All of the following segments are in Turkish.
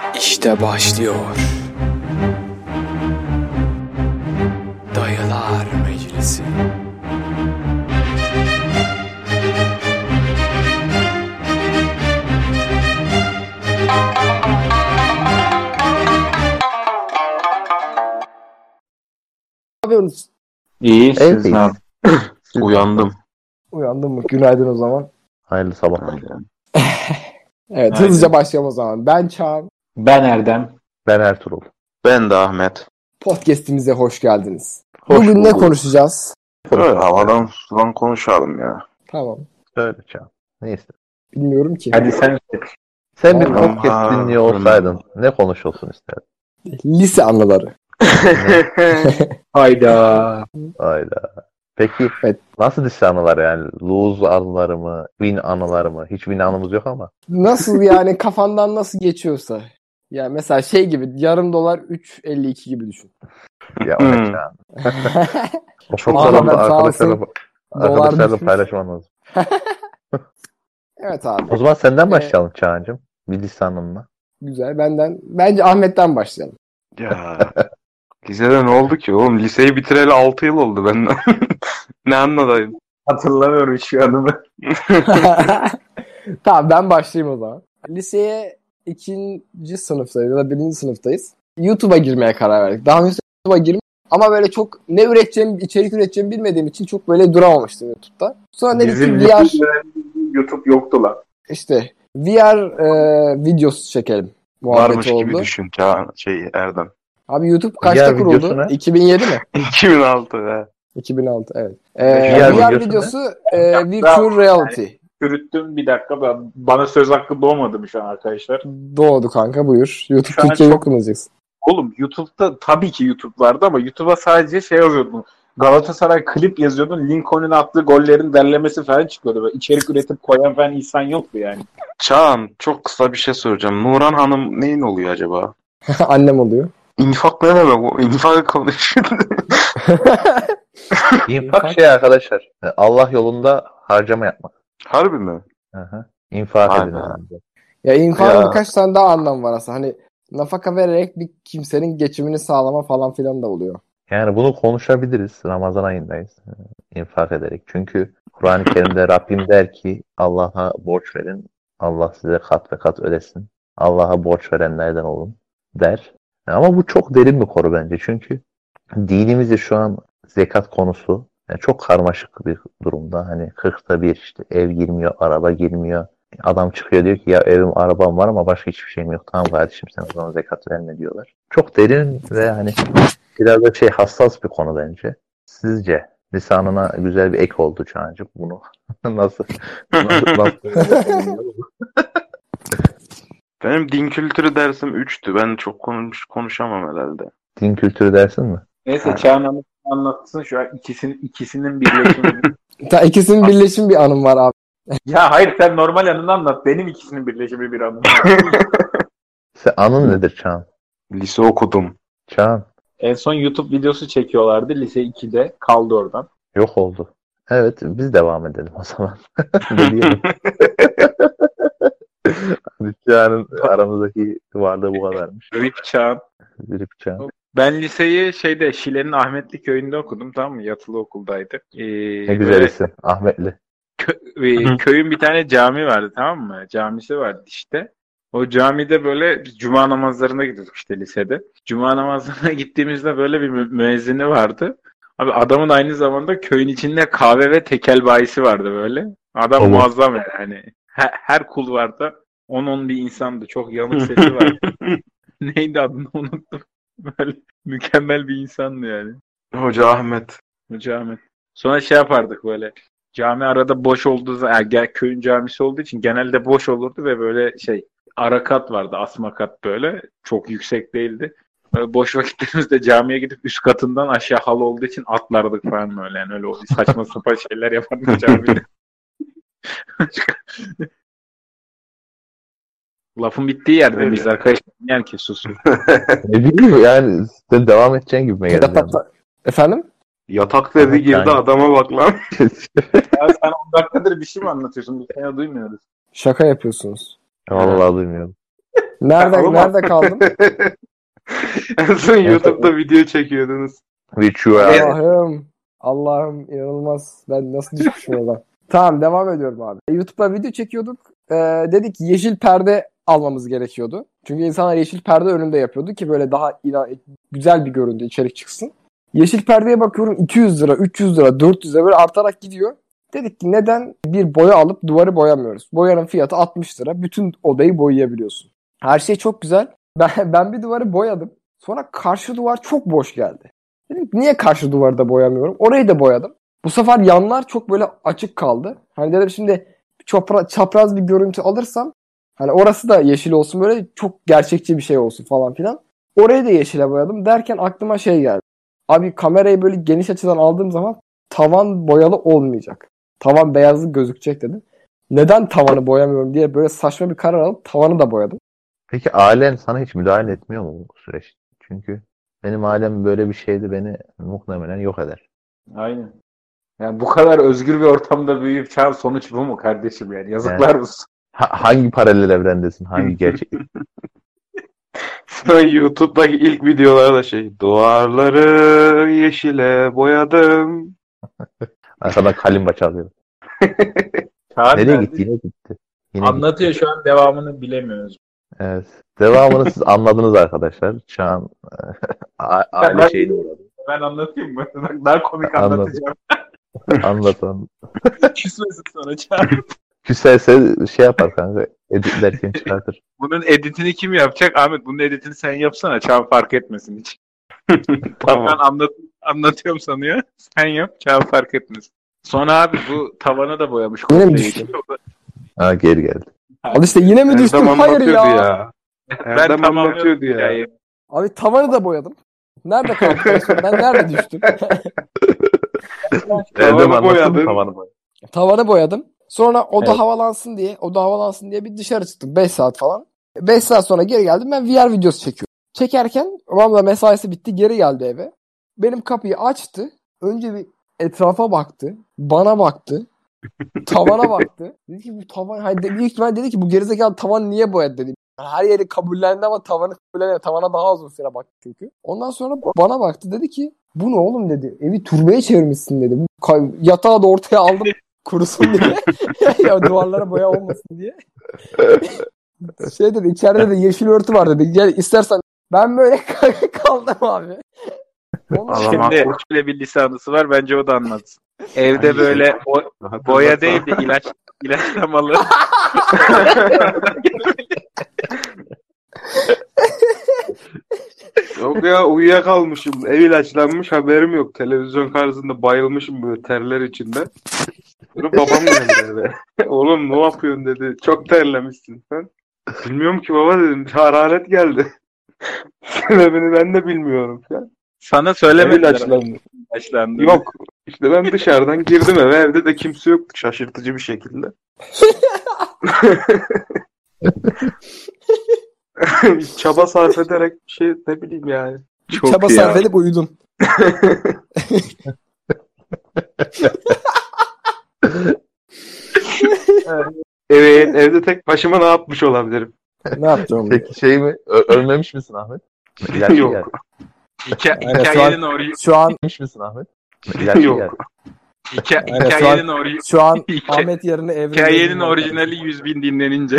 İşte başlıyor. Dayılar Meclisi. Ne yapıyorsunuz? İyi, siz Evet. ne yapıyorsunuz? Uyandım. Uyandın mı? Günaydın o zaman. Hayırlı sabahlar. Evet, Günaydın. hızlıca başlayalım o zaman. Ben Çağan. Ben Erdem. Ben Ertuğrul. Ben de Ahmet. Podcast'imize hoş geldiniz. Hoş Bugün ne bulduk. konuşacağız? Öyle havadan sudan konuşalım ya. Tamam. Söyle Çağan. Neyse. Bilmiyorum ki. Hadi sen seç. Sen bir Tamam. podcast dinliyor olsaydın ne konuşulsun isterdin? Lise anıları. Hayda. Hayda. Peki Evet. nasıl lise anıları yani? Lose anıları mı? Win anıları mı? Hiç win anımız yok ama. Nasıl yani kafandan nasıl geçiyorsa. Yani mesela şey gibi yarım dolar 3.52 gibi düşün. Ya o ne Hmm. Çağan? O çok Ahmet zararlı sağ olsun. arkadaşlarla düşmüş. paylaşman lazım. Evet abi. O zaman senden başlayalım Çağan'cığım. Bir lise anınla. Güzel. Bence Ahmet'ten başlayalım. Ya. Lisede ne oldu ki oğlum? Liseyi bitireli 6 yıl oldu ben. Ne anladayım? Hatırlamıyorum şu anımı. Tamam ben başlayayım o zaman. Liseye 2. sınıftayız ya da 1. sınıftayız. YouTube'a girmeye karar verdik. Daha önce YouTube'a girmiş ama böyle çok ne üreteceğim, içerik üreteceğimi bilmediğim için çok böyle duramamıştım YouTube'da. Sonra dedik ki VR, YouTube yoktu lan. işte VR videosu çekelim. Varmış Muhabbeti gibi oldu. düşün Erdem. Abi YouTube kaçta VR kuruldu? videosu ne? 2007 mi? 2006 he. 2006 evet. VR VR videosu videosu Virtual Reality. Yürüttüm bir dakika. Bana söz hakkı doğmadı mı şu an arkadaşlar? Doğdu kanka buyur. YouTube Şu an Türkiye'yi çok- okumayacaksın. Oğlum YouTube'da tabii ki YouTube vardı ama YouTube'a sadece şey yazıyordun. Galatasaray klip yazıyordun. Lincoln'un attığı gollerin derlemesi falan çıkıyordu. Böyle içerik üretip koyan falan insan yoktu yani. Çağan çok kısa bir şey soracağım. Nuran Hanım neyin oluyor acaba? Annem oluyor. İnfak ne demek o? İnfak konuşuyor. İnfak şey arkadaşlar. Allah yolunda harcama yapmak. Harbi mi? Hı. İnfak Vay edin. be. önce. Ya infakın Ya. birkaç tane daha anlam var aslında. Hani nafaka vererek bir kimsenin geçimini sağlama falan filan da oluyor. Yani bunu konuşabiliriz. Ramazan ayındayız. İnfak ederek. Çünkü Kur'an-ı Kerim'de Rabbim der ki Allah'a borç verin. Allah size kat ve kat ödesin. Allah'a borç verenlerden olun der. Ama bu çok derin bir konu bence. Çünkü dinimizde şu an zekat konusu yani çok karmaşık bir durumda. Hani 40'ta bir işte ev girmiyor, araba girmiyor. Adam çıkıyor diyor ki ya evim arabam var ama başka hiçbir şeyim yok. Tamam kardeşim sen o zaman zekat verme diyorlar. Çok derin ve hani biraz da hassas bir konu bence. Sizce lisanına güzel bir ek oldu Çağancığım bunu. nasıl? Benim din kültürü dersim 3'tü. Ben çok konuşamam herhalde. Din kültürü dersin mi? Neyse Çağan anlatsın şu an ikisinin birleşimi. Ta ikisinin birleşim bir anım var abi. Ya hayır sen normal anını anlat. Benim ikisinin birleşimi bir anım. Sen anın nedir Çağan? Lise okudum. Çağan En son YouTube videosu çekiyorlardı lise 2'de. Kaldı oradan. yok oldu. Evet biz devam edelim o zaman. Ne diyelim? Çağan'ın aramızdaki varlığı bu kadarmış. Rip Çağan. Bir Çağan. Ben liseyi Şile'nin Ahmetli köyünde okudum, tamam mı? Yatılı okuldaydık. Ne güzel isim. Ahmetli. Köyün bir tane cami vardı, tamam mı? Camisi vardı işte. O camide böyle cuma namazlarına gidiyorduk işte lisede. Cuma namazlarına gittiğimizde böyle bir müezzini vardı. Abi adamın aynı zamanda köyün içinde kahve ve tekel bayisi vardı böyle. Adam Allah. muazzam yani. Hani her kulvarda 10-10 bir insandı. Çok yanık sesi vardı. Neydi adını unuttum. Böyle mükemmel bir insandı yani. Hoca Ahmet. Hoca Ahmet. Sonra şey yapardık böyle. Cami arada boş olduğu zaman, yani köyün camisi olduğu için genelde boş olurdu ve böyle ara kat vardı, asma kat böyle. Çok yüksek değildi. Böyle boş vakitlerimizde camiye gidip üst katından aşağı halı olduğu için atlardık falan böyle. Yani öyle saçma sapan şeyler yapardık camide. Lafın bittiği yerde miyiz arkadaşlar? Yani ki susun. Ne bileyim yani sen devam edeceğin gibi mi geldi? Efendim? Yatak dedi girdi Yani. adama bak lan. Ya sen 10 dakikadır bir şey mi anlatıyorsun? Bir sene duymuyoruz. Şaka yapıyorsunuz. Vallahi duymuyorum. Oğlum, Nerede kaldım? En son YouTube'da video çekiyordunuz. Allah'ım. Allah'ım inanılmaz. Ben nasıl düşmüşüm oradan. Tamam devam ediyorum abi. YouTube'da video çekiyorduk. Dedik ki yeşil perde almamız gerekiyordu. Çünkü insanlar yeşil perde önünde yapıyordu ki böyle daha güzel bir görüntü içerik çıksın. Yeşil perdeye bakıyorum 200 lira, 300 lira, 400 lira böyle artarak gidiyor. Dedik ki neden bir boya alıp duvarı boyamıyoruz? Boyanın fiyatı 60 lira. Bütün odayı boyayabiliyorsun. Her şey çok güzel. Ben bir duvarı boyadım. Sonra karşı duvar çok boş geldi. Dedim niye karşı duvarı da boyamıyorum? Orayı da boyadım. Bu sefer yanlar çok böyle açık kaldı. Hani dedim şimdi çapraz bir görüntü alırsam hani orası da yeşil olsun böyle çok gerçekçi bir şey olsun falan filan. Orayı da yeşile boyadım derken aklıma şey geldi. Abi kamerayı böyle geniş açıdan aldığım zaman tavan boyalı olmayacak. Tavan beyazlı gözükecek dedim. Neden tavanı boyamıyorum diye böyle saçma bir karar alıp tavanı da boyadım. Peki ailen sana hiç müdahale etmiyor mu bu süreç? Çünkü benim ailem böyle bir şeydi beni muhtemelen yok eder. Aynen. Yani bu kadar özgür bir ortamda büyüyüp çağır sonuç bu mu kardeşim yani? Yazıklar olsun. Hangi paralel evrendesin? Hangi gerçek? Sonra YouTube'daki ilk videolarda duvarları yeşile boyadım. Arkadan kalimba çalıyor. Çağır Nereye nerede? gitti? Yine gitti. Yine Anlatıyor şu an devamını bilemiyoruz. Evet. Devamını siz anladınız arkadaşlar. Şu an aile şeyine uğradı. Ben anlatayım mı? Daha komik Anladım. anlatacağım. Anlatan. Küsmesin sonra Çağır. Küserse şey yapar kanka. Editlerken çıkartır. Bunun editini kim yapacak? Ahmet bunun editini sen yapsana. Çağır fark etmesin hiç. Tamam. Ben anlatıyorum sanıyor. Sen yap. Çağır fark etmesin. Sonra abi bu tavana da boyamış. Yine mi komple düştün? yeşil. Ha geri geldi. Al işte yine mi düştüm? Erdem Hayır anlatıyordu ya. ya. Erdem anlatıyordu ya. hikayeyi. Abi tavanı da boyadım. Nerede kaldım? Ben nerede düştüm? Erdem Tavanı anlattı mı boyadın. tavanı boyadın? Tavanı boyadım. Sonra oda Evet. havalansın diye bir dışarı çıktım 5 saat falan. 5 saat sonra geri geldim ben VR videosu çekiyorum. Çekerken babam da mesaisi bitti geri geldi eve. Benim kapıyı açtı. Önce bir etrafa baktı. Bana baktı. Tavana baktı. Dedi ki bu tavan büyük ihtimal dedi ki bu gerizekalı tavan niye boyadı dedi. Her yeri kabullendi ama tavanı kabullenemedi. Tavana daha uzun süre baktı çünkü. Ondan sonra bana baktı dedi ki bu ne oğlum dedi. Evi türbeye çevirmişsin dedi. Yatağı da ortaya aldım kurusun diye. Ya duvarlara boya olmasın diye. Şey dedi içeride de yeşil örtü var dedi. Gel istersen ben böyle kaldım abi. Şimdi şöyle bir lisanısı var. Bence o da anlatsın. Evde böyle boya değil de ilaçlamalı. Yok ya uyuyakalmışım. Ev ilaçlanmış haberim yok. Televizyon karşısında bayılmışım böyle terler içinde. Sonra babam geldi eve. Oğlum ne yapıyorsun dedi. Çok terlemişsin sen. Bilmiyorum ki baba dedim. Hararet geldi. Sebebini ben de bilmiyorum. Sana Ev söylemediler. ilaçlandı. İlaçlandı. Yok. İşte ben dışarıdan girdim eve. Evde de kimse yoktu şaşırtıcı bir şekilde. Çaba sarf ederek bir şey ne bileyim yani. Çok Çaba iyi sarf abi. edip uyudun. Evet evde tek başıma ne yapmış olabilirim? Ne yapacağım? Peki şey mi? Ölmemiş misin Ahmet? İlaç Yok. geldi. Aynen, Hikayenin orijinali. Şu an Ölmemiş misin Ahmet? İlaç Yok. geldi. Aynen, şu an Ahmet yerine Evren. Hikayenin orijinali 100.000 dinlenince.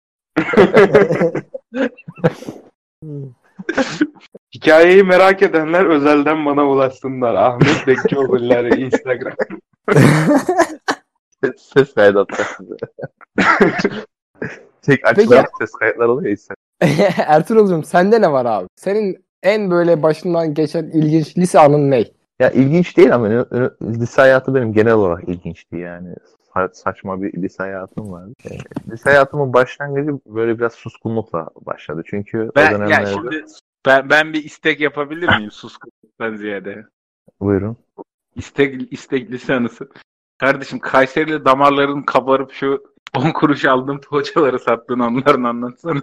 Hikayeyi merak edenler özelden bana ulaşsınlar. Ahmet Bekçioğulları Instagram. Ses kaydı atacak size. Tek açılan ses kayıtları oluyor ya Instagram. Ertuğrul'cum sende ne var abi? Senin en böyle başından geçen ilginç lise anın ne? Ya ilginç değil ama lise hayatı benim genel olarak ilginçti yani. Saçma bir lise hayatım vardı. Lise hayatımın başlangıcı böyle biraz suskunlukla başladı. Çünkü o dönemlerde... Ben bir istek yapabilir miyim suskunluktan ziyade? Buyurun. İstek lisanısı. Kardeşim Kayseri'li damarların kabarıp şu 10 kuruş aldığım poğaçaları sattığını onların anlatsana.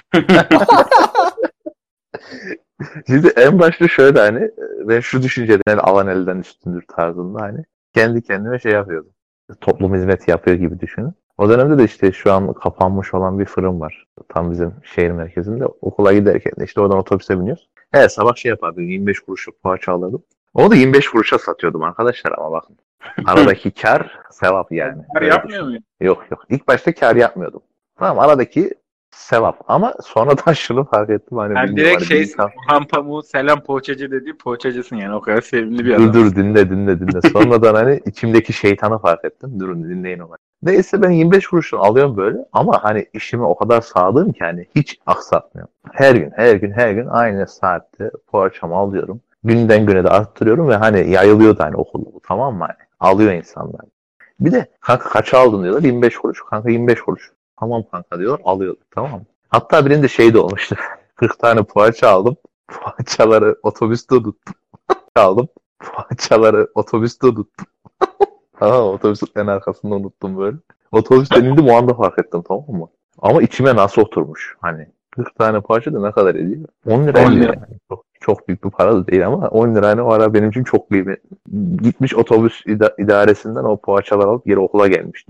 Şimdi en başta şöyle hani ben şu düşünceden alan elden üstündür tarzında hani kendi kendime şey yapıyordum. Toplum hizmeti yapıyor gibi düşünün. O dönemde de işte şu an kapanmış olan bir fırın var. Tam bizim şehir merkezinde. Okula giderken de işte oradan otobüse biniyoruz. Evet, sabah şey yapardım. 25 kuruşluk poğaça alırdım. Onu da 25 kuruşa satıyordum arkadaşlar, ama bakın. Aradaki kar sevap yani. Kar yapmıyor muyum? Yok. İlk başta kar yapmıyordum. Tamam, aradaki sevap. Ama sonradan şunu fark ettim. Hani Yani direkt şeysin. Orhan Pamuk'un selam poğaçacı dediği poğaçacısın yani. O kadar sevimli bir adam. Dur dinle. Sonradan hani içimdeki şeytanı fark ettim. Durun dinleyin onu. Neyse ben 25 kuruşunu alıyorum böyle. Ama hani işime o kadar sadığım ki hani hiç aksatmıyorum. Her gün aynı saatte poğaçamı alıyorum. Günden güne de arttırıyorum ve hani yayılıyordu hani okulda bu, tamam mı? Hani alıyor insanlar. Bir de kanka kaça aldın diyorlar. 25 kuruş. Kanka 25 kuruş. Tamam kanka diyor. Alıyorduk, tamam mı? Hatta birinde şey de olmuştu. 40 tane poğaça aldım. Poğaçaları otobüste unuttum. Aldım. Poğaçaları otobüste unuttum. Tamam, otobüsün en arkasında unuttum böyle. Otobüsten indim, o anda fark ettim, tamam mı? Ama içime nasıl oturmuş. Hani 40 tane poğaça da ne kadar ediyor? 10 lira ediyor yani. Çok büyük bir para da değil ama 10 lira hani o ara benim için çok kıymetli. Gitmiş otobüs idaresinden o poğaçaları alıp geri okula gelmiştim.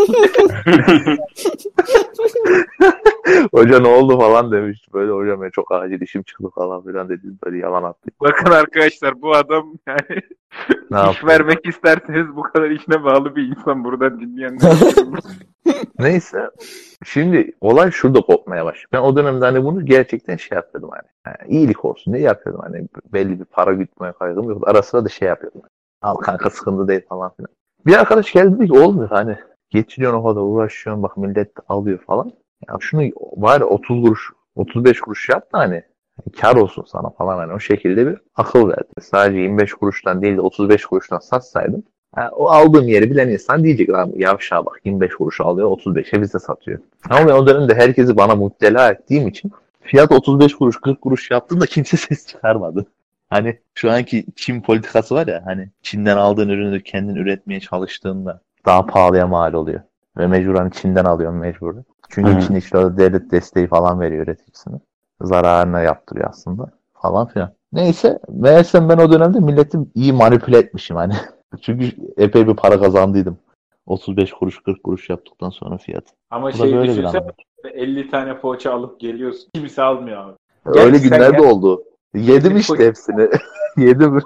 Hoca ne oldu falan demiş. Böyle hocam ya çok acil işim çıktı falan filan dedi. Böyle yalan attı. Bakın arkadaşlar, bu adam yani iş vermek isterseniz bu kadar işine bağlı bir insan, buradan dinleyenler. Neyse. Şimdi olay şurada kopmaya başlıyor. Ben o dönemde hani bunu gerçekten şey yapıyordum hani. Yani iyilik olsun diye yapıyordum hani. Belli bir para gütmeye kaygım yok. Ara sıra da şey yapıyordum. Al kanka sıkıntı değil falan filan. Bir arkadaş geldi dedi ki olmuyor hani. Geçiriyorsun o kadar uğraşıyorsun, bak millet alıyor falan. Ya şunu var 30 kuruş 35 kuruş yap da hani kar olsun sana falan, hani o şekilde bir akıl verdi. Sadece 25 kuruştan değil de 35 kuruştan satsaydım, o aldığım yeri bilen insan diyecek lan yavşağa bak 25 kuruşu alıyor 35'e bize satıyor. Ama ben o dönemde herkesi bana muttela ettiğim için fiyat 35 kuruş 40 kuruş yaptığımda kimse ses çıkarmadı. Hani şu anki Çin politikası var ya, hani Çin'den aldığın ürünü kendin üretmeye çalıştığında daha pahalıya mal oluyor. Ve mecburen Çin'den alıyorum mecbur. Çünkü Çin işte orada devlet desteği falan veriyor üreticisine. Zararına yaptırıyor aslında falan filan. Neyse, meğersem ben o dönemde milleti iyi manipüle etmişim hani. Çünkü epey bir para kazandıydım. 35 kuruş 40 kuruş yaptıktan sonra fiyat. Ama şey düşünsene, 50 tane poğaça alıp geliyorsun. Kimse almıyor abi. Öyle günler de oldu. Yedim işte hepsini. Yedim.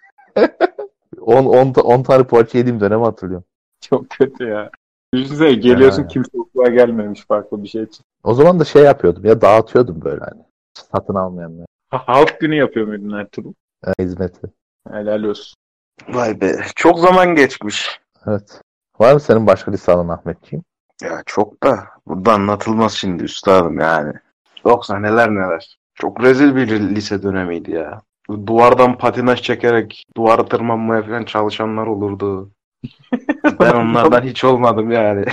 10 tane poğaça yediğim dönemi hatırlıyorum. Çok kötü ya. Düşünsene geliyorsun, kimse okula gelmemiş farklı bir şey için. O zaman da şey yapıyordum ya, dağıtıyordum böyle hani. Satın almayanlar. Halk günü yapıyor muydun Ertuğrul? Hizmeti. Helal olsun. Vay be. Çok zaman geçmiş. Evet. Var mı senin başka lisanın Ahmetciğim? Ya çok da burada anlatılmaz şimdi üstadım yani. Yoksa neler. Çok rezil bir lise dönemiydi ya. Duvardan patinaj çekerek duvara tırmanmaya falan çalışanlar olurdu. Ben onlardan hiç olmadım yani.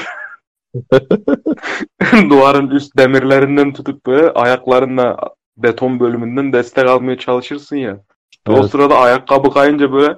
Duvarın üst demirlerinden tutup böyle ayaklarınla beton bölümünden destek almaya çalışırsın ya. Evet. O sırada ayakkabı kayınca böyle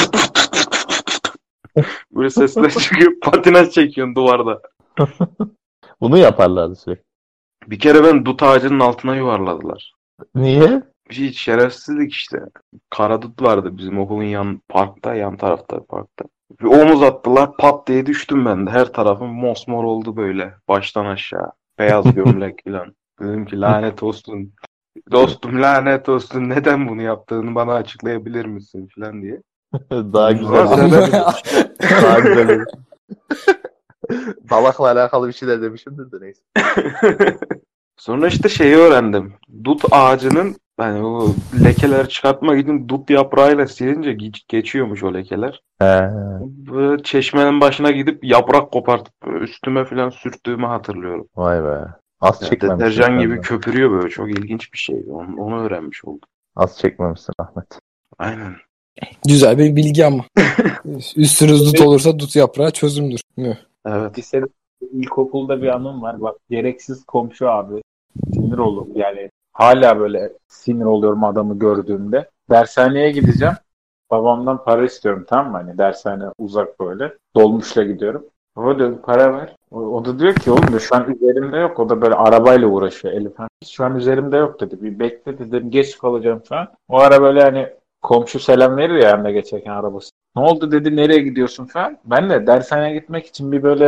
böyle sesler çıkıyor, patinaj çekiyorsun duvarda. Bunu yaparlardı sürekli. Bir kere ben dut ağacının altına yuvarladılar. Niye? Hiç şerefsizlik işte. Karadut vardı bizim okulun yan tarafta parkta. Bir omuz attılar, pat diye düştüm ben de. Her tarafım mosmor oldu böyle baştan aşağı. Beyaz gömlek falan. Dedim ki lanet olsun. Dostum lanet olsun. Neden bunu yaptığını bana açıklayabilir misin falan diye. Daha güzel. Daha güzel. Balakla alakalı bir şeyler demişimdir de neyse. Sonra işte şeyi öğrendim. Dut ağacının yani o lekeler çıkartmak için dut yaprağıyla silince geçiyormuş o lekeler. Böyle çeşmenin başına gidip yaprak kopartıp üstüme falan sürttüğümü hatırlıyorum. Vay be. Az Yani çekmemişsin. Deterjan gibi köpürüyor böyle. Çok ilginç bir şeydi. Onu öğrenmiş oldum. Az çekmemişsin Ahmet. Aynen. Güzel bir bilgi ama. Üstünüz dut olursa dut yaprağı çözümdür. Evet. Lisede, ilkokulda bir anım var. Bak, gereksiz komşu abi. Sinir olurum. Yani hala böyle sinir oluyorum adamı gördüğümde. Dershaneye gideceğim. Babamdan para istiyorum, tamam mı? Hani dershane uzak böyle. Dolmuşla gidiyorum. Baba diyor para ver. O da diyor ki oğlum diyor, şu an üzerimde yok. O da böyle arabayla uğraşıyor Elif. Şu an üzerimde yok dedi. Bir bekle dedim, geç kalacağım falan. O ara böyle hani komşu selam verir ya yanına geçerken arabası. Ne oldu dedi, nereye gidiyorsun falan. Ben de dershaneye gitmek için bir böyle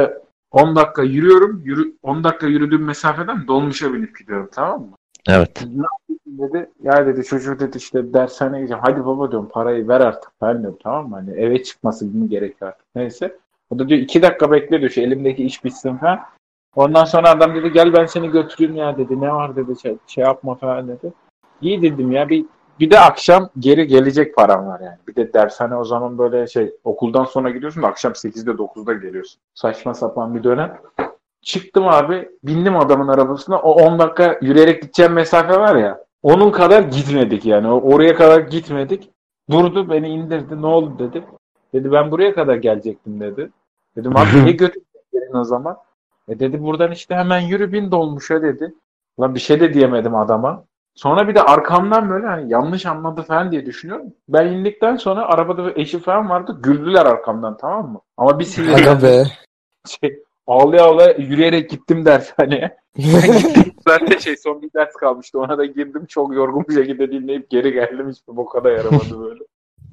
10 dakika yürüyorum. 10 dakika yürüdüğüm mesafeden dolmuşa binip gidiyorum, tamam mı? Evet. Ne yapıyorsun dedi. Ya dedi çocuğu dedi işte dershaneye gideceğim. Hadi baba diyorum parayı ver artık. Ben diyorum tamam mı? Hani eve çıkması gibi gerekiyor artık. Neyse. O da diyor 2 dakika bekle diyor. Şu elimdeki iş bitsin falan. Ondan sonra adam dedi gel ben seni götüreyim ya dedi. Ne var dedi şey yapma falan dedi. İyi dedim ya bir de akşam geri gelecek param var yani. Bir de dershane o zaman böyle okuldan sonra gidiyorsun da akşam 8'de 9'da geliyorsun. Saçma sapan bir dönem. Çıktım abi bindim adamın arabasına. O 10 dakika yürüyerek gideceğim mesafe var ya. Onun kadar gitmedik yani. Oraya kadar gitmedik. Durdu beni indirdi. Ne oldu dedi. Dedi ben buraya kadar gelecektim dedi. Dedim abi niye götürdün o zaman? Dedi buradan işte hemen yürü bin dolmuşa dedi. Lan bir şey de diyemedim adama. Sonra bir de arkamdan böyle hani yanlış anladı falan diye düşünüyorum. Ben indikten sonra arabada eşi falan vardı. Güldüler arkamdan, tamam mı? Ama bir Aga sinirlendim. be. Ağlaya ağlaya yürüyerek gittim dershaneye. Ben gittim zaten son bir ders kalmıştı. Ona da girdim. Çok yorgun bir şekilde dinleyip geri geldim. İşte bu kadar yaramadı böyle.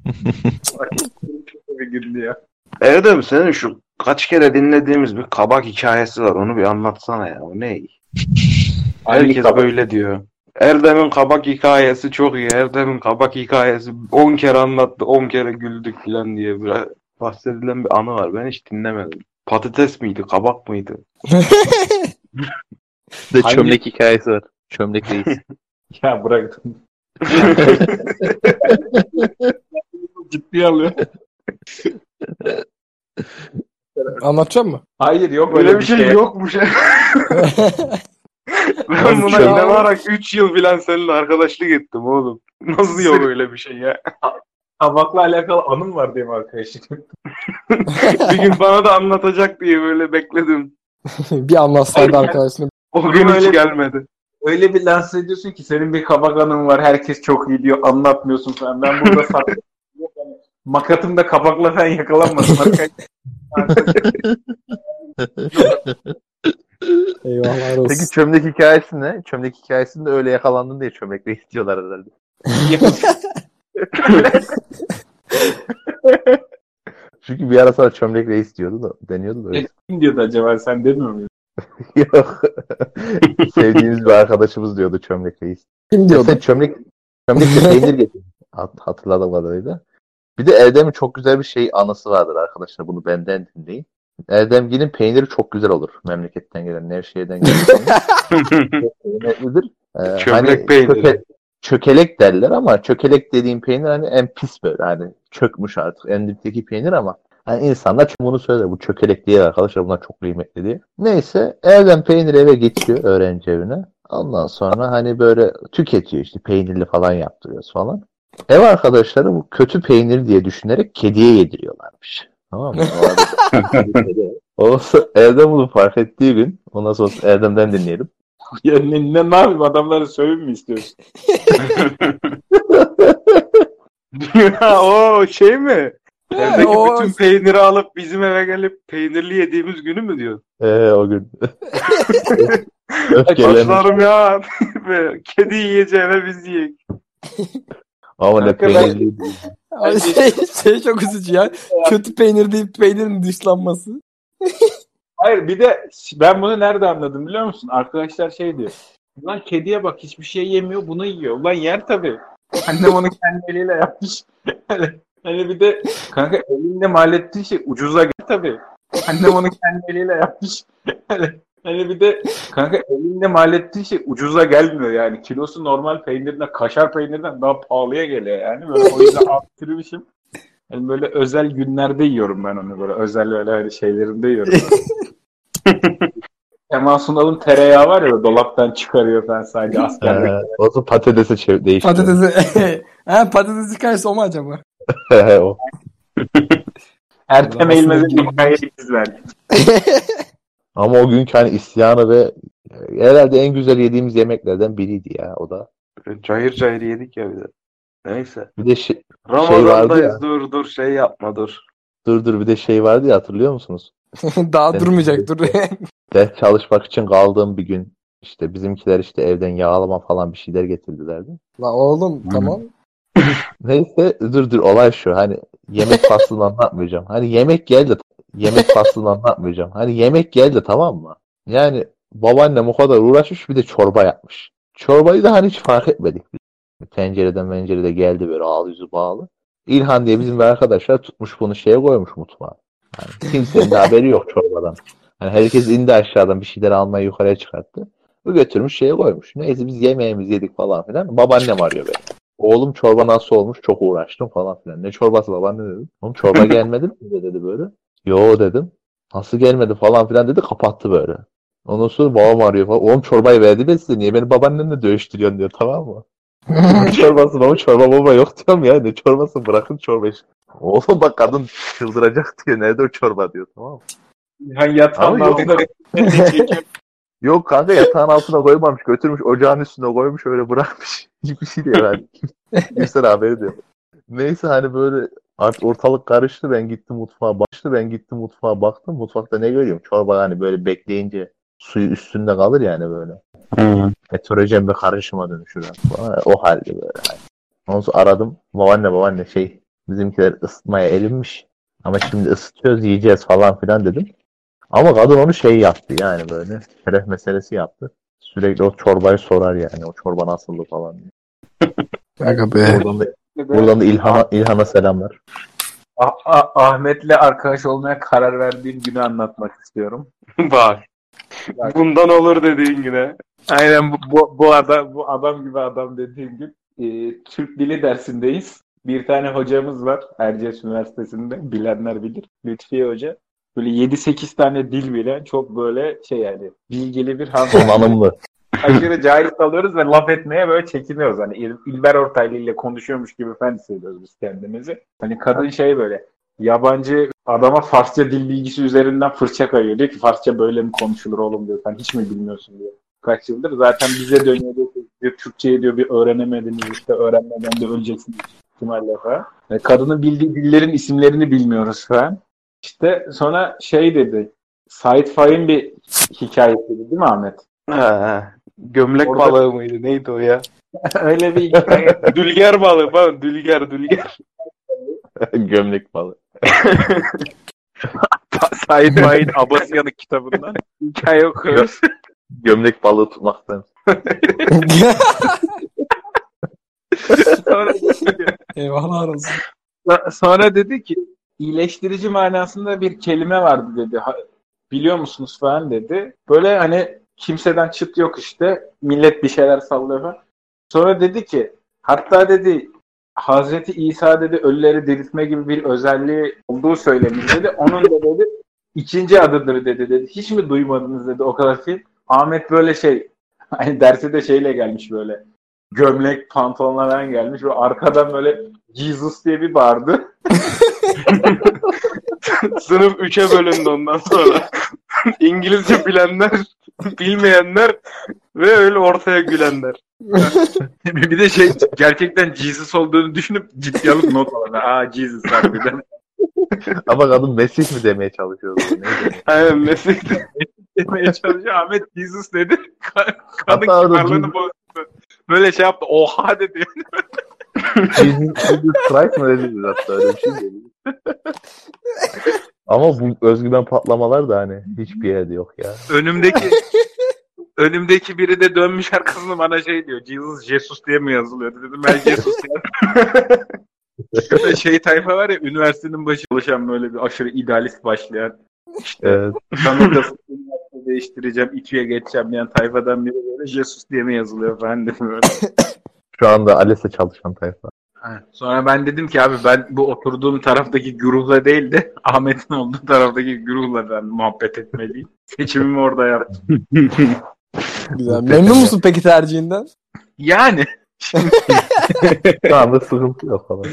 Çok bir gündü ya. Erdem senin şu kaç kere dinlediğimiz bir kabak hikayesi var. Onu bir anlatsana ya. O ne? Herkes böyle diyor. Erdem'in kabak hikayesi çok iyi. Erdem'in kabak hikayesi 10 kere anlattı. 10 kere güldük falan diye bir bahsedilen bir anı var. Ben hiç dinlemedim. Patates miydi? Kabak mıydı? Bir de çömlek hikayesi var. Çömlek reis. Ya bırak. Ciddiye alıyor. Anlatacak mı? Hayır yok Öyle bir şey yokmuş. Ben buna inanarak 3 yıl filan seninle arkadaşlık ettim oğlum. Nasıl yok öyle bir şey ya? Tabakla alakalı anım var diye mi arkadaşım? Bir gün bana da anlatacak diye böyle bekledim. Bir anlatsaydı arkadaşını. O gün hiç gelmedi. Öyle bir lanse ediyorsun ki senin bir kabak anın var. Herkes çok iyi diyor. Anlatmıyorsun falan. Ben burada sattım. Makatımda kabakla falan yakalanmadım. Eyvallah olsun. Peki çömlek hikayesi ne? Çömlek hikayesinde öyle yakalandın diye çömlek reis diyorlar herhalde. Çünkü bir ara sana çömlek reis diyordu da deniyordu da öyle. Kim diyordu acaba? Sen demiyor muydun? Yok. Sevdiğimiz bir arkadaşımız diyordu çömlek reis. Kim diyordu? Sen çömlekle peynir getirdin. Hatırladım kadarıyla. Bir de Erdem'in çok güzel bir anısı vardır arkadaşlar. Bunu benden dinleyin. Erdemgil'in peyniri çok güzel olur. Memleketten gelen, Nevşehir'den gelen. Kıymetlidir. Çömlek peyniri. Çökelek derler ama çökelek dediğim peynir hani en pis böyle hani çökmüş artık en dipteki peynir ama hani insanlar bunu söyler. Bu çökelek değil arkadaşlar, bunlar çok kıymetli diye. Neyse Erdem peyniri eve geçiyor öğrenci evine. Ondan sonra hani böyle tüketiyor işte peynirli falan yaptırıyoruz falan. Ev arkadaşları bu kötü peynir diye düşünerek kediye yediriyorlarmış. Tamam mı? O Erdem bunu fark ettiği gün ondan sonra Erdem'den dinleyelim. Ya ne yapayım? Adamları sövün mü istiyorsun? O şey mi? Evdeki O- bütün peyniri alıp bizim eve gelip peynirli yediğimiz günü mü diyor? O gün. Öfkelenmiş. Başlarım ya. Kedi yiyeceğine biz yiyek. Ama ne Kanka ben- peynirli değil. Ay, şey çok üzücü ya. Kötü peynir deyip peynirin dışlanması. Hayır bir de ben bunu nerede anladım biliyor musun? Arkadaşlar diyor. Ulan kediye bak hiçbir şey yemiyor bunu yiyor. Ulan yer tabii. Annem onu kendi eliyle yapmış. Hani bir de kanka elinle mal ettiğin şey ucuza gel tabii. Annem onu kendi eliyle yapmış. Hani bir de kanka elinle mal ettiğin şey ucuza gelmiyor yani. Kilosu normal peynirden, kaşar peynirden daha pahalıya geliyor yani. Böyle o yüzden arttırmışım. Yani böyle özel günlerde yiyorum ben onu böyle. Özel böyle hani şeylerinde yiyorum. Kemal Sunal'ın tereyağı var ya dolaptan çıkarıyor falan sadece askerde. O da patatese değiştiriyor. Patatesi. Patates çıkarsa o mu acaba? O. Ertem Eğilmez'e hikayeye iz verdi. Ama o günkü hani isyanı ve herhalde en güzel yediğimiz yemeklerden biriydi ya o da. Cayır cayır yedik ya bir de. Neyse. Bir de Ramazan'dayız dur şey yapma dur. dur bir de vardı ya hatırlıyor musunuz? Daha Ben- durmayacak dur. Ders çalışmak için kaldığım bir gün işte bizimkiler işte evden yağlama falan bir şeyler getirdilerdi. La oğlum tamam. Neyse dur olay şu hani yemek faslını anlatmayacağım. Hani yemek geldi Yemek faslını anlatmayacağım. Hani yemek geldi, tamam mı? Yani babaannem o kadar uğraşmış, bir de çorba yapmış. Çorbayı da hani hiç fark etmedik biz. Pencerede geldi böyle, ağlı yüzü bağlı. İlhan diye bizim bir arkadaşlar tutmuş bunu şeye koymuş mutfağa. Yani kimsenin de haberi yok çorbadan. Hani herkes indi aşağıdan bir şeyler almayı yukarıya çıkarttı. Bu götürmüş şeye koymuş. Neyse biz yemeğimizi yedik falan filan. Babaannem arıyor beni. Oğlum çorba nasıl olmuş? Çok uğraştım falan filan. Ne çorbası babaanne dedim. Oğlum çorba gelmedi mi dedi böyle. Yo dedim. Nasıl gelmedi falan filan dedi, kapattı böyle. Ondan sonra babam arıyor falan. Oğlum çorbayı verdi de size, niye beni babaannemle dövüştürüyorsun diyor, tamam mı? Çorbası baba, çorba baba yok diyorum ya. Ne çorbası, bırakın çorbayı. Oğlum bak kadın çıldıracak diyor. Nerede o çorba diyor, tamam mı? Yani yatağın Ama yok. altında Yok kanka, yatağın altına koymamış. Götürmüş ocağın üstüne koymuş, öyle bırakmış. Hiçbir şey diyor yani. Kimse haberi diyor. Neyse hani böyle artık ortalık karıştı. Ben gittim mutfağa baktım. Mutfakta ne görüyorum? Çorba hani böyle bekleyince suyu üstünde kalır yani böyle. Heterojen bir karışıma dönüşür. O halde böyle. Ondan sonra aradım. Babaanne bizimkiler ısıtmaya erinmiş. Ama şimdi ısıtıyoruz, yiyeceğiz falan filan dedim. Ama kadın onu yaptı yani böyle. Şeref meselesi yaptı. Sürekli o çorbayı sorar yani. O çorba nasıldı falan diye. Aga be. Buradan da İlhan'a selamlar. Ahmet'le arkadaş olmaya karar verdiğim günü anlatmak istiyorum. Bak. Bundan olur dediğin güne. Aynen bu adam gibi adam dediğim gün. Türk Dili dersindeyiz. Bir tane hocamız var Erciyes Üniversitesi'nde. Bilenler bilir. Lütfiye Hoca. Böyle 7-8 tane dil bilen, çok böyle yani bilgili bir hanımefendi. Donanımlı. Aşırı cahil kalıyoruz ve laf etmeye böyle çekiniyoruz. Hani İlber Ortaylı ile konuşuyormuş gibi falan hissediyoruz biz kendimizi. Hani kadın böyle yabancı adama Farsça dil bilgisi üzerinden fırça kayıyor. Diyor ki Farsça böyle mi konuşulur oğlum diyor. Sen hiç mi bilmiyorsun diyor. Kaç yıldır zaten bize dönüyor diyor, Türkçeyi diyor bir öğrenemediniz, işte öğrenmeden de öleceksiniz ihtimalle falan. Kadının bildiği dillerin isimlerini bilmiyoruz falan. İşte sonra dedi. Said Faik'in bir hikayesi değil mi Ahmet? Gömlek Orada... balığı mıydı? Neydi o ya? Öyle bir hikaye. Dülger balığı falan. Dülger. Gömlek balığı. Said Faik'in Abasyan'ın kitabından hikaye okuyoruz. Gömlek balığı tutmaktan. Eyvallah olsun. Sonra dedi ki iyileştirici manasında bir kelime vardı dedi. Biliyor musunuz falan dedi. Böyle hani kimseden çıt yok işte. Millet bir şeyler sallıyor falan. Sonra dedi ki hatta dedi Hazreti İsa dedi ölüleri diriltme gibi bir özelliği olduğu söylenir dedi. Onun da dedi ikinci adıdır dedi. Hiç mi duymadınız dedi o kadar film. Ahmet böyle hani derse de gelmiş böyle. Gömlek pantolonlardan gelmiş ve arkadan böyle Jesus diye bir bağırdı. Sınıf 3'e bölündü ondan sonra. İngilizce bilenler, bilmeyenler ve öyle ortaya gülenler. Bir de gerçekten Jesus olduğunu düşünüp ciddiye alıp not alan. Jesus harbiden. Ama kadın Mesih mi demeye çalışıyordu? Aynen Mesih demeye çalışıyor. Ahmet Jesus dedi. Kadın kibarlığını bozdu. Böyle yaptı. Oha dedi. Jesus Christ mı dedi hatta, öyle bir şey dedi. Ama bu özgüven patlamalar da hani hiçbir yerde yok ya. Önümdeki biri de dönmüş arkasına bana diyor. Jesus diye mi yazılıyor? Dedim ben Jesus ya. Şöyle tayfa var ya, üniversitenin başı çalışan böyle bir aşırı idealist başlayan. İşte evet. üniversite değiştireceğim, İTÜ'ye geçeceğim diyen tayfadan biri böyle Jesus diye mi yazılıyor falan dedim böyle. Şu anda ALES'e çalışan tayfa. Sonra ben dedim ki abi ben bu oturduğum taraftaki güruhla değil de Ahmet'in olduğu taraftaki güruhla ben muhabbet etmeliyim. Seçimimi orada yaptım. Güzel. Memnun musun peki tercihinden? Yani. Şu anda sıkıntı yok falan.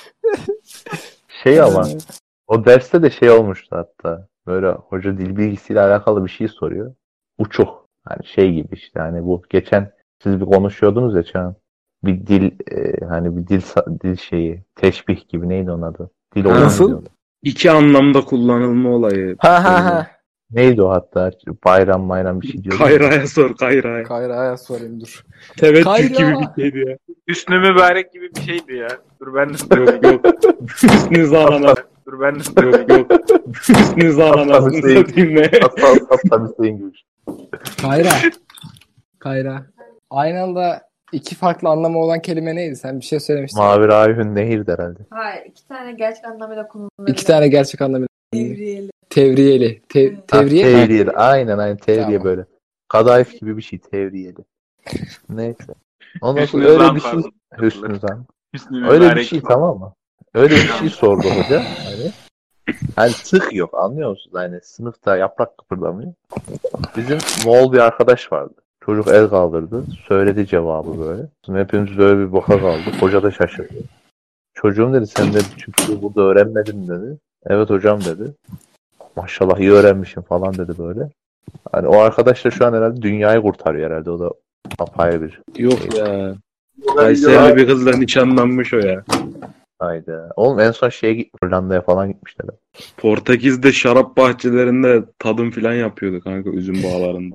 Ama o derste de olmuştu hatta. Böyle hoca dil bilgisiyle alakalı bir şey soruyor. Uçuk. Hani gibi işte, hani bu geçen siz bir konuşuyordunuz ya Çağan. Bir dil hani bir dil teşbih gibi, neydi onun adı? Dil Nasıl? İki anlamda kullanılma olayı. Ha. Neydi o hatta? Bayram bir şey diyordu. Kayra'ya sor Kayra'ya. Kayra'ya sorayım dur. Teveccüh gibi bir şeydi ya. Hüsnü Mübarek gibi bir şeydi ya. Dur ben de söyleyeyim. Yok. Hüsnü Zalana. Dur ben de Yok yok. Hüsnü Zana'nın dinle. Hatta Hüseyin gibi. Kayra. Aynı anda iki farklı anlamı olan kelime neydi? Sen bir şey söylemiştin. Mavi Rahihün Nehir herhalde. Hayır, iki tane gerçek anlamıyla kullanılabilir. İki tane gerçek anlamı. Tevriyeli. Tevriyeli. Tevriye mi? Tevriyeli. Aynen tevriye Tamam. böyle. Kadayıf gibi bir şey tevriyeli. Neyse. Ondan sonra Hüsnü öyle Zan bir şey. pardon. Hüsnü Zan. Hüsnü Öyle bir mübarek. şey tamam mı? Öyle bir şey sordu hoca. Hani tık yok anlıyor musunuz? Hani sınıfta yaprak kıpırdamıyor. Bizim Moğol bir arkadaş vardı. Çocuk el kaldırdı. Söyledi cevabı böyle. Şimdi hepimiz böyle bir boka kaldık. Hoca da şaşırdı. Çocuğum dedi sen de Türkçeyi burada öğrenmedin mi dedi. Evet hocam dedi. Maşallah iyi öğrenmişim falan dedi böyle. Hani o arkadaş da şu an herhalde dünyayı kurtarıyor herhalde. O da apayrı bir. Yok ya. Kayseri'li bir kızla nişanlanmış o ya. Haydi. Oğlum en son şeye gitmiş. Hollanda'ya falan gitmişler. Portekiz'de şarap bahçelerinde tadım filan yapıyordu kanka üzüm bağlarında.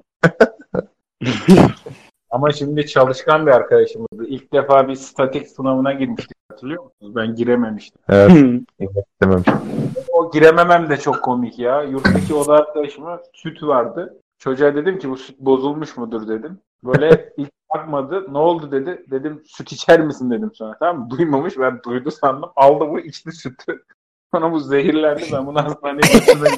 Ama şimdi çalışkan bir arkadaşımızdı. İlk defa bir statik sınavına girmiştik. Hatırlıyor musunuz? Ben girememiştim. Evet. İstememiş. O girememem de çok komik ya. Yurttaki oda arkadaşıma süt vardı. Çocuğa dedim ki bu süt bozulmuş mudur dedim. Böyle ilk bakmadı. Ne oldu dedi. Dedim süt içer misin dedim sonra. Tamam mı? Duymamış. Ben duydu sandım. Aldı bu içti sütü. Sonra bu zehirlendi. Ben bunu hastaneye götürdüm.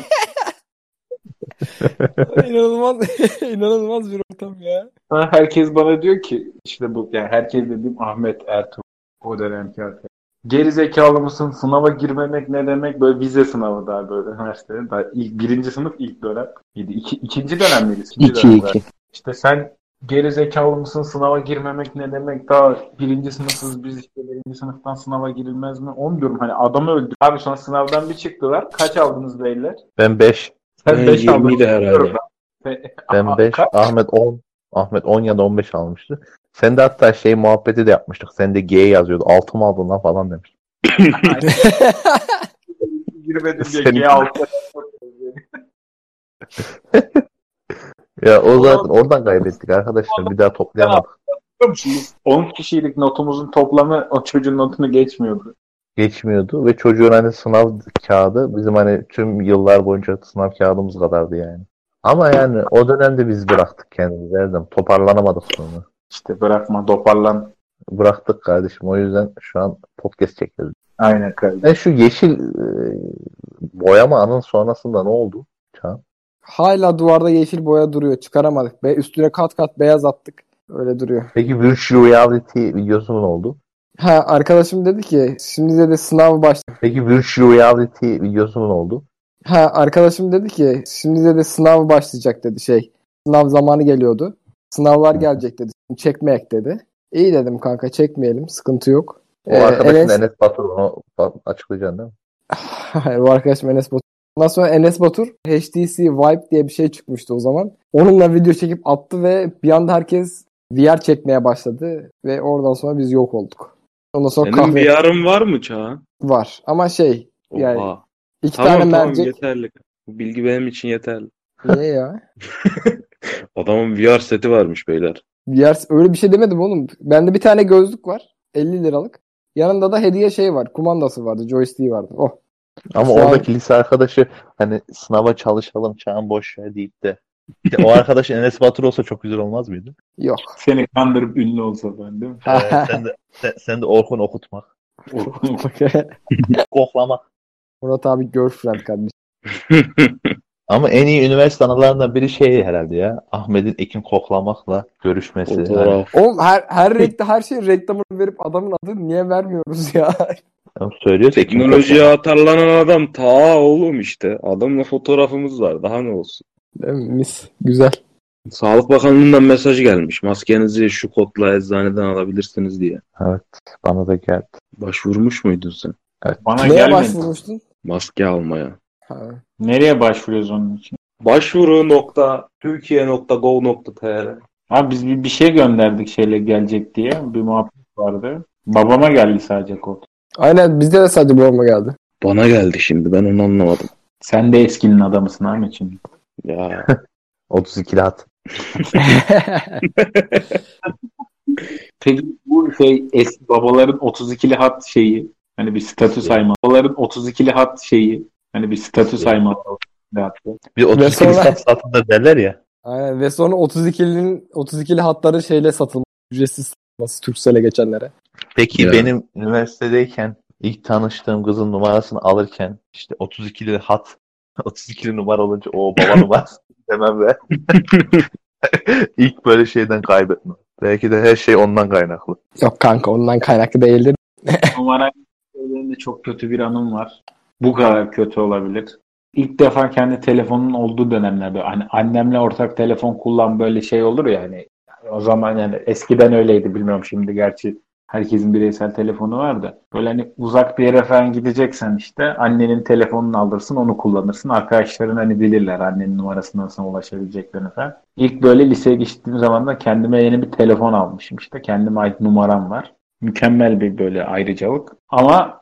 İnanılmaz bir ortam ya. Sonra herkes bana diyor ki işte bu yani herkes dediğim Ahmet Ertuğrul o dönemki arkadaş. Geri zekalı mısın? Sınava girmemek ne demek? Böyle vize sınavı daha böyle üniversitede. Daha birinci sınıf ilk dönem. İkinci dönem miydi? İkinci dönem galiba. İşte sen geri zekalı mısın? Sınava girmemek ne demek? Daha birinci sınıfız biz işte birinci sınıftan sınava girilmez mi? Onu diyorum hani adamı öldür. Abi sonra sınavdan bir çıktılar. Kaç aldınız beyler? Ben 5. Sen Ben 5 aldın. 20'ydi herhalde. Ben 5. Ahmet 10. Ahmet 10 ya da 15 almıştı. Sen de hatta şey muhabbeti de yapmıştık. Sen de G yazıyordu. 6 mı aldın lan falan demiş. Girmedim diye Senin- G6. Ya o zaten oradan kaybettik arkadaşlar. Bir daha toplayamadık. 10 kişilik notumuzun toplamı o çocuğun notunu geçmiyordu. Geçmiyordu ve çocuğun hani sınav kağıdı bizim hani tüm yıllar boyunca sınav kağıdımız kadardı yani. Ama yani o dönemde biz bıraktık kendimizi Erdem. Toparlanamadık sonra. İşte bırakma toparlan. Bıraktık kardeşim. O yüzden şu an podcast çekiyoruz. Aynen kardeşim. Ben şu yeşil boyama anın sonrasında ne oldu? Çağan? Hala duvarda yeşil boya duruyor. Çıkaramadık. Üstüne kat kat beyaz attık. Öyle duruyor. Peki Virtual Reality videosu ne oldu? Ha arkadaşım dedi ki şimdi dedi sınav başladı. Peki Virtual Reality videosu ne oldu? Ha arkadaşım dedi ki şimdi dedi sınav başlayacak dedi şey. Sınav zamanı geliyordu. Sınavlar gelecek dedi. Çekmeyek dedi. İyi dedim kanka çekmeyelim. Sıkıntı yok. O arkadaşın Enes Batur onu açıklayacaksın değil mi? Hayır bu arkadaşım Enes Batur. Ondan sonra Enes Batur HTC Vive diye bir şey çıkmıştı o zaman. Onunla video çekip attı ve bir anda herkes VR çekmeye başladı. Ve oradan sonra biz yok olduk. Ondan sonra Senin kahve VR'ın var mı Çağan? var. Ama şey yani Oha. iki Tamam tane tamam mercek. yeterli. Bu bilgi benim için yeterli. Niye ya? Adamın VR seti varmış beyler. VR öyle bir şey demedim oğlum. Bende bir tane gözlük var. 50 liralık. Yanında da hediye şey var. Kumandası vardı. Joystick'i vardı. Oh. Ama Şu an- oradaki lise arkadaşı hani sınava çalışalım Çağan boş ver deyip de işte o arkadaş Enes Batur olsa çok güzel olmaz mıydı? Yok. Seni kandırıp ünlü olsa ben değil mi? Sen de Orkun okutmak, koklamak. Murat abi girlfriend kardeşim. Ama en iyi üniversite anılarından biri şey herhalde ya. Ahmet'in Ekin koklamakla görüşmesi. Hani Fotoğraf. Oğlum her şey reklamını verip adamın adını niye vermiyoruz ya? söylüyoruz Ekin Teknolojiye koklamak. atarlanan adam ta oğlum işte. Adamla fotoğrafımız var. Daha ne olsun. Değil mi? Mis. Güzel. Sağlık Bakanlığı'ndan mesaj gelmiş. Maskenizi şu kodla eczaneden alabilirsiniz diye. Evet bana da geldi. Başvurmuş muydun sen? Bana Neye gelmedi. başvurmuştun? Maske almaya. Ha. Nereye başvuruyoruz onun için? Başvuru.türkiye.gov.tr Abi biz bir şey gönderdik şeyle gelecek diye. Bir muhabbet vardı. Babama geldi sadece kod. Aynen bizde de sadece bomba geldi. Bana geldi şimdi. Ben onu anlamadım. Sen de eskinin adamısın Ahmetciğim. Ya 32'li at. Peki bu şey eski babaların 32'li hat şeyi Hani bir statü sayma. Doların 32'li hat şeyi. Hani bir statü sayma. Hattı. Bir 32 sonra- sat satılır derler ya. Aynen. Ve sonra 32'li hatları şeyle satılması, ücretsiz satılması Turkcell'e geçenlere. Peki Ya. benim üniversitedeyken ilk tanıştığım kızın numarasını alırken işte 32'li hat 32'li numara olunca o baba numarası demem ve ilk böyle şeyden kaybetme. Belki de her şey ondan kaynaklı. Yok kanka, ondan kaynaklı değildir. Numara söyleğinde çok kötü bir anım var. Bu kadar kötü olabilir. İlk defa kendi telefonun olduğu dönemlerde hani annemle ortak telefon kullan böyle şey olur ya hani o zaman yani eskiden öyleydi bilmiyorum şimdi gerçi herkesin bireysel telefonu vardı. Böyle hani uzak bir yere falan gideceksen işte annenin telefonunu alırsın onu kullanırsın. Arkadaşların hani bilirler annenin numarasına nasıl ulaşabileceklerini falan. İlk böyle liseye geçtiğim zaman da kendime yeni bir telefon almışım işte. Kendime ait numaram var. Mükemmel bir böyle ayrıcalık. Ama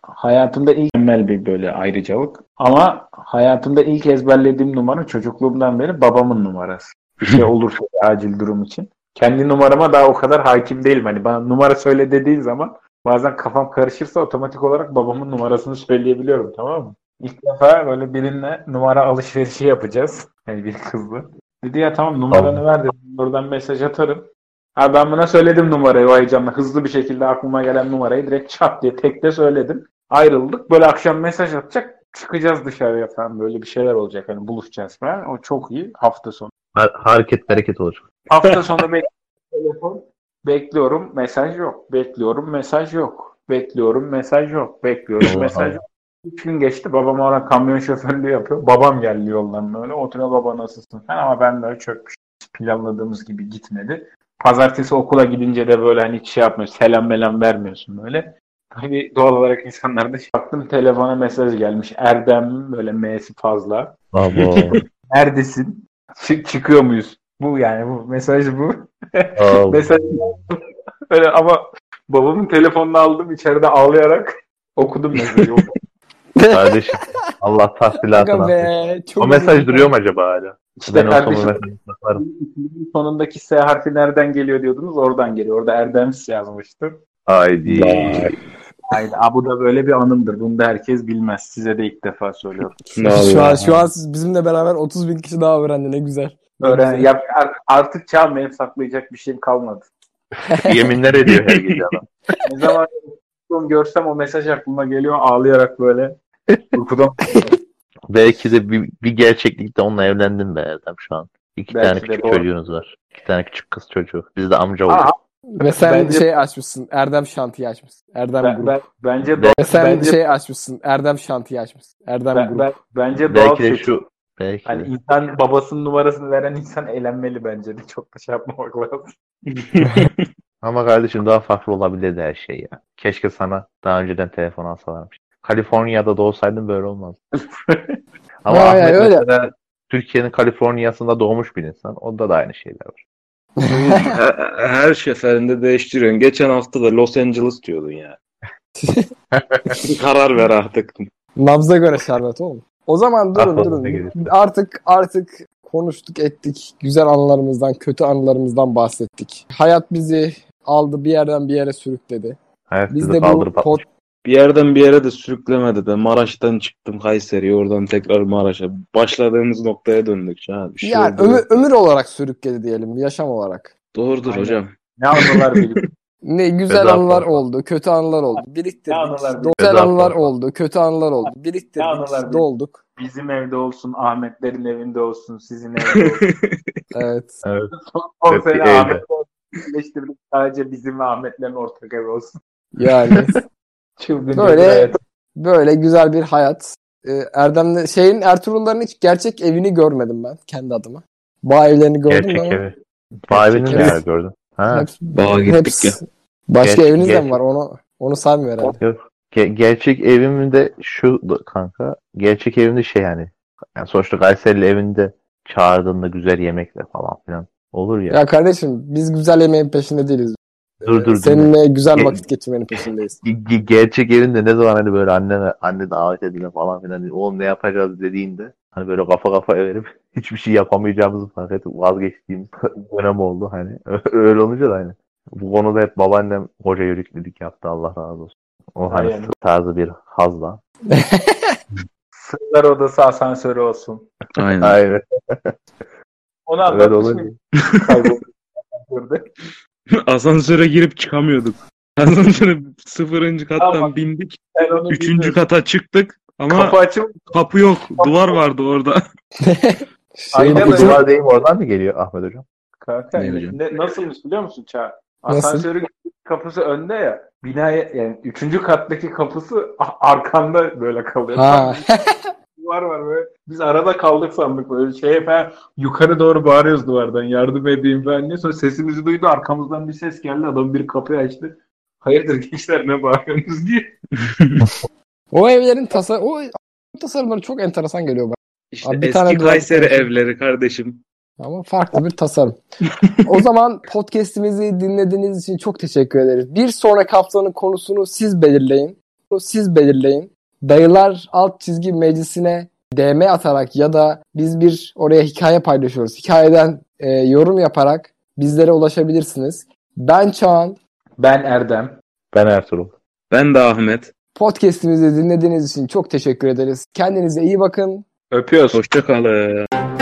hayatımda ilk ezberlediğim numara çocukluğumdan beri babamın numarası. Bir şey olursa acil durum için. Kendi numarama daha o kadar hakim değilim. Hani bana numara söyle dediğin zaman bazen kafam karışırsa otomatik olarak babamın numarasını söyleyebiliyorum, tamam mı? İlk defa böyle birine numara alışverişi yapacağız. Yani bir kızla. Dedi ya tamam numaranı ver dedim. Oradan mesaj atarım. Ha ben buna söyledim numarayı o heyecanla. Hızlı bir şekilde aklıma gelen numarayı direkt çat diye tekte söyledim. Ayrıldık. Böyle akşam mesaj atacak. Çıkacağız dışarıya falan. Böyle bir şeyler olacak. Hani buluşacağız falan. O çok iyi. Hafta sonu. Hareket bereket olur. Hafta sonu telefon. Bekliyorum. Mesaj yok. Bekliyorum. Mesaj yok. Bekliyorum. Mesaj yok. Bekliyorum. Allah Mesaj Allah. yok. 3 gün geçti. Babam oradan kamyon şoförlüğü yapıyor. Babam geldi yoldan böyle. Oturuyor baba nasılsın falan ama ben de çökmüş. Planladığımız gibi gitmedi. Pazartesi okula gidince de böyle hani hiç şey yapmıyorsun. Selam melam vermiyorsun böyle. Hani doğal olarak insanlar da baktım telefona mesaj gelmiş. Erdem böyle M'si fazla. Abo. Neredesin? Çıkıyor muyuz? Bu yani bu mesaj bu. Abo. Mesaj öyle ama babamın telefonunu aldım içeride ağlayarak okudum mesajı. Kardeşim Allah tahsilatını Kanka affetsin. be. Çok O mesaj üzüldüm. duruyor mu acaba hala? İşte Ben olsam o kardeşim mesajı saklarım. sonundaki S harfi nereden geliyor diyordunuz. Oradan geliyor. Orada Erdem's yazmıştı. Haydi. Haydi. Bu da böyle bir anımdır. Bunu da herkes bilmez. Size de ilk defa söylüyorum. Şu an siz bizimle beraber 30 bin kişi daha öğrendi. Ne güzel. Ne Öğren, güzel. ya, artık çağ benim saklayacak bir şeyim kalmadı. Yeminler ediyor her gece adam. Ne zaman görsem o mesaj aklıma geliyor ağlayarak böyle. Uykudan Belki de bir gerçeklikte onunla evlendim be Erdem şu an. İki Belki tane de küçük doğru. çocuğunuz var. İki tane küçük kız çocuğu. Biz de amca Aha, olduk. Ve sen Bence- şey açmışsın. Erdem Şantiye açmışsın. Erdem Grup. bence Ve Ve sen bence şey açmışsın. Erdem Şantiye açmışsın. Erdem Grup. bence doğal Belki de seçim. şu belki Hani de. insan babasının numarasını veren insan eğlenmeli bence de. Çok da şey yapmamak lazım. Ama kardeşim daha farklı olabilirdi her şey ya. Keşke sana daha önceden telefon alsalarmış. Kaliforniya'da doğsaydın böyle olmazdı. Ama Ha, Ahmet yani öyle. mesela Türkiye'nin Kaliforniya'sında doğmuş bir insan. Onda da aynı şeyler var. Her seferinde değiştiriyorsun. Geçen hafta da Los Angeles diyordun ya. Bir karar ver artık. Nabza göre şerbet oğlum. O zaman durun Aklına durun. ne gelirse. Artık konuştuk ettik. Güzel anılarımızdan, kötü anılarımızdan bahsettik. Hayat bizi aldı bir yerden bir yere sürükledi. Hayat Biz bizi de bu kaldırıp atmış. Bir yerden bir yere de sürüklemedi de Maraş'tan çıktım Kayseri'ye oradan tekrar Maraş'a. Başladığımız noktaya döndük. Ha, bir şey yani oldu. ömür olarak sürükledi diyelim, yaşam olarak. Doğrudur Aynen. hocam. Ne anılar biliyorum. Ne güzel Feda anılar olsun. oldu, kötü anılar oldu. Ne Biriktirdik. anılar Güzel Feda anılar olsun. oldu, kötü anılar oldu. Ne Biriktirdik, anılar dolduk. Bizim evde olsun, Ahmetlerin evinde olsun, sizin evde olsun. Evet. Evet. 10 Hepsi sene evde. Ahmet'le birleştirdik. Sadece bizim ve Ahmetlerin ortak evi olsun. Yani Çılgınca Böyle- bir hayat. böyle güzel bir hayat. Erdem'le Ertuğrul'ların hiç gerçek evini görmedim ben kendi adıma. Bağ evlerini gördüm Gerçek ama evi. Bağ evini evi. nerede gördün? Ha. hepsi, Bağa gittik ya. başka Gerçek- eviniz de mi gerçek- var? Onu saymıyor herhalde. Yok. Gerçek evimde şu kanka. Gerçek evimde şey yani sonuçta Kayserili evinde çağırdığında güzel yemekler falan filan olur ya. Ya kardeşim biz güzel yemeğin peşinde değiliz. Dur, Seninle güzel Ge- vakit geçirmenin peşindeyiz. Gerçek evinde ne zaman hani böyle anne davet edilir falan filan hani, oğlum ne yapacağız dediğinde hani böyle kafa verip hiçbir şey yapamayacağımızı fark edip vazgeçtiğimiz dönem oldu hani. Öyle olunca da hani bu konuda hep babaannem hoca yörükledik yaptı Allah razı olsun. O hani Aynen. tarzı bir hazla. Sırlar odası asansörü olsun. Aynen. Aynen. Onu Evet anlatmış olabilir. mıyım? Kayboldu. Asansöre girip çıkamıyorduk. Asansöre 0. kattan Tamam. bindik. Ben onu 3. bilmiyorum. kata çıktık. Ama Kapı açılmış. kapı yok. Duvar vardı orada. Aynen Bu öyle. duvar deyim oradan mı geliyor Ahmet Hocam? Kanka Ne hocam? nasılmış biliyor musun Çağ? Nasıl? Asansörün kapısı önde ya. Binaya yani 3. kattaki kapısı arkanda böyle kalıyor. Ha. Duvar var böyle. Biz arada kaldık sandık böyle şeye falan yukarı doğru bağırıyoruz duvardan yardım edeyim falan diye. Sonra sesimizi duydu arkamızdan bir ses geldi. Adam bir kapıyı açtı. Hayırdır gençler ne bağırıyorsunuz diye. O evlerin tasarımları çok enteresan geliyor bana. İşte Abi bir eski tane duvar Kayseri koymuşum. evleri kardeşim. Ama farklı bir tasarım. O zaman podcast'imizi dinlediğiniz için çok teşekkür ederiz. Bir sonraki haftanın konusunu siz belirleyin. Siz belirleyin. Dayılar alt çizgi meclisine DM atarak ya da biz bir oraya hikaye paylaşıyoruz. Hikayeden yorum yaparak bizlere ulaşabilirsiniz. Ben Çağan. Ben Erdem. Ben Ertuğrul. Ben de Ahmet. Podcast'imizi dinlediğiniz için çok teşekkür ederiz. Kendinize iyi bakın. Öpüyoruz. Hoşça kalın.